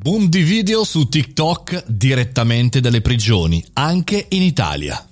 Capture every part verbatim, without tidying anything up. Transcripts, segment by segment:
Boom di video su TikTok direttamente dalle prigioni, anche in Italia.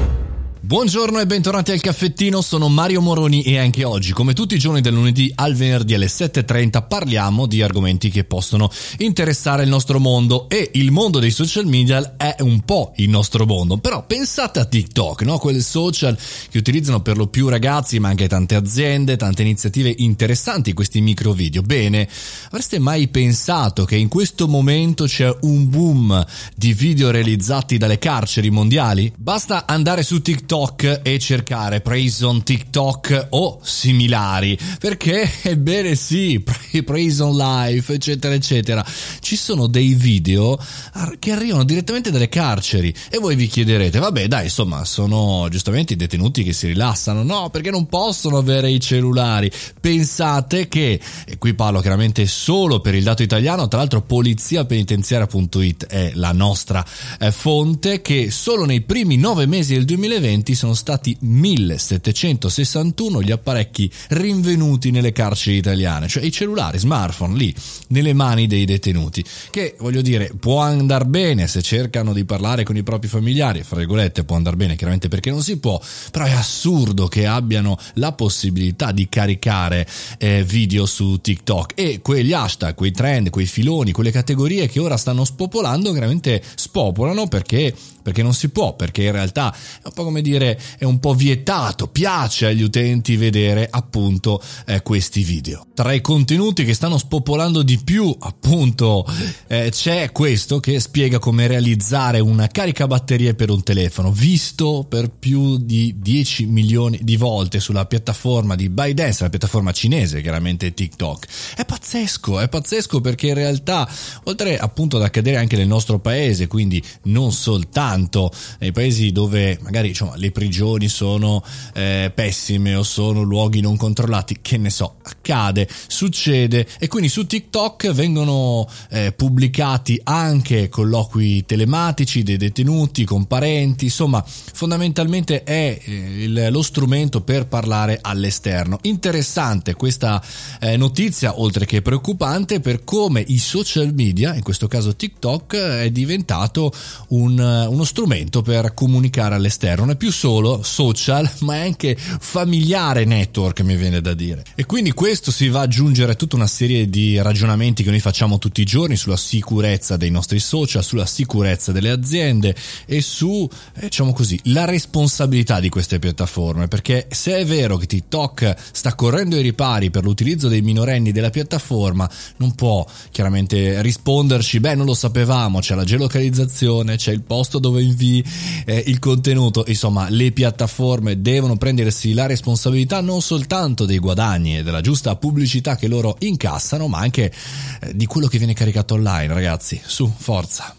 Buongiorno e bentornati al caffettino, sono Mario Moroni e anche oggi, come tutti i giorni del lunedì al venerdì alle sette e trenta, parliamo di argomenti che possono interessare il nostro mondo, e il mondo dei social media è un po' il nostro mondo. Però pensate a TikTok, no? Quel social che utilizzano per lo più ragazzi, ma anche tante aziende, tante iniziative interessanti, questi micro video. Bene, avreste mai pensato che in questo momento c'è un boom di video realizzati dalle carceri mondiali? Basta andare su TikTok e cercare Prison TikTok o similari, perché ebbene sì, Prison Life eccetera eccetera, ci sono dei video che arrivano direttamente dalle carceri e voi vi chiederete, vabbè dai, insomma sono giustamente i detenuti che si rilassano, no, perché non possono avere i cellulari. Pensate che, e qui parlo chiaramente solo per il dato italiano, tra l'altro polizia penitenziaria punto it è la nostra eh, fonte, che solo nei primi nove mesi del duemilaventi sono stati millesettecentosessantuno gli apparecchi rinvenuti nelle carceri italiane, cioè i cellulari, smartphone lì nelle mani dei detenuti, che voglio dire può andar bene se cercano di parlare con i propri familiari, fra virgolette può andar bene chiaramente perché non si può, però è assurdo che abbiano la possibilità di caricare eh, video su TikTok, e quegli hashtag, quei trend, quei filoni, quelle categorie che ora stanno spopolando veramente spopolano perché perché non si può, perché in realtà è un po' come dire, è un po' vietato, piace agli utenti vedere appunto eh, questi video. Tra i contenuti che stanno spopolando di più appunto eh, c'è questo che spiega come realizzare una caricabatterie per un telefono, visto per più di dieci milioni di volte sulla piattaforma di ByteDance, la piattaforma cinese chiaramente TikTok. È pazzesco, è pazzesco perché in realtà, oltre appunto ad accadere anche nel nostro paese, quindi non soltanto nei paesi dove magari insomma, le prigioni sono eh, pessime o sono luoghi non controllati, che ne so, accade, succede, e quindi su TikTok vengono eh, pubblicati anche colloqui telematici dei detenuti con parenti, insomma fondamentalmente è eh, il, lo strumento per parlare all'esterno. Interessante questa eh, notizia, oltre che preoccupante, per come i social media, in questo caso TikTok, è diventato un, uno strumento per comunicare all'esterno. Non è più solo social, ma è anche familiare network, mi viene da dire. E quindi questo si va ad aggiungere a tutta una serie di ragionamenti che noi facciamo tutti i giorni sulla sicurezza dei nostri social, sulla sicurezza delle aziende e su, eh, diciamo così, la responsabilità di queste piattaforme, perché se è vero che TikTok sta correndo ai ripari per l'utilizzo dei minorenni della piattaforma, non può chiaramente risponderci, beh non lo sapevamo, c'è la geolocalizzazione, c'è il posto dove invii eh, il contenuto. Insomma, le piattaforme devono prendersi la responsabilità non soltanto dei guadagni e della giusta pubblicità che loro incassano, ma anche eh, di quello che viene caricato online, ragazzi. Su, forza!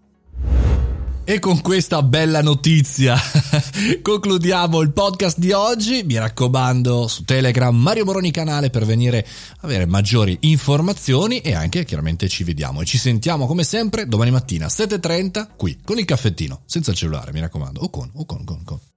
E con questa bella notizia concludiamo il podcast di oggi. Mi raccomando, su Telegram Mario Moroni canale per venire a avere maggiori informazioni, e anche chiaramente ci vediamo e ci sentiamo come sempre domani mattina sette e trenta qui con il caffettino, senza il cellulare, mi raccomando, o con o con con con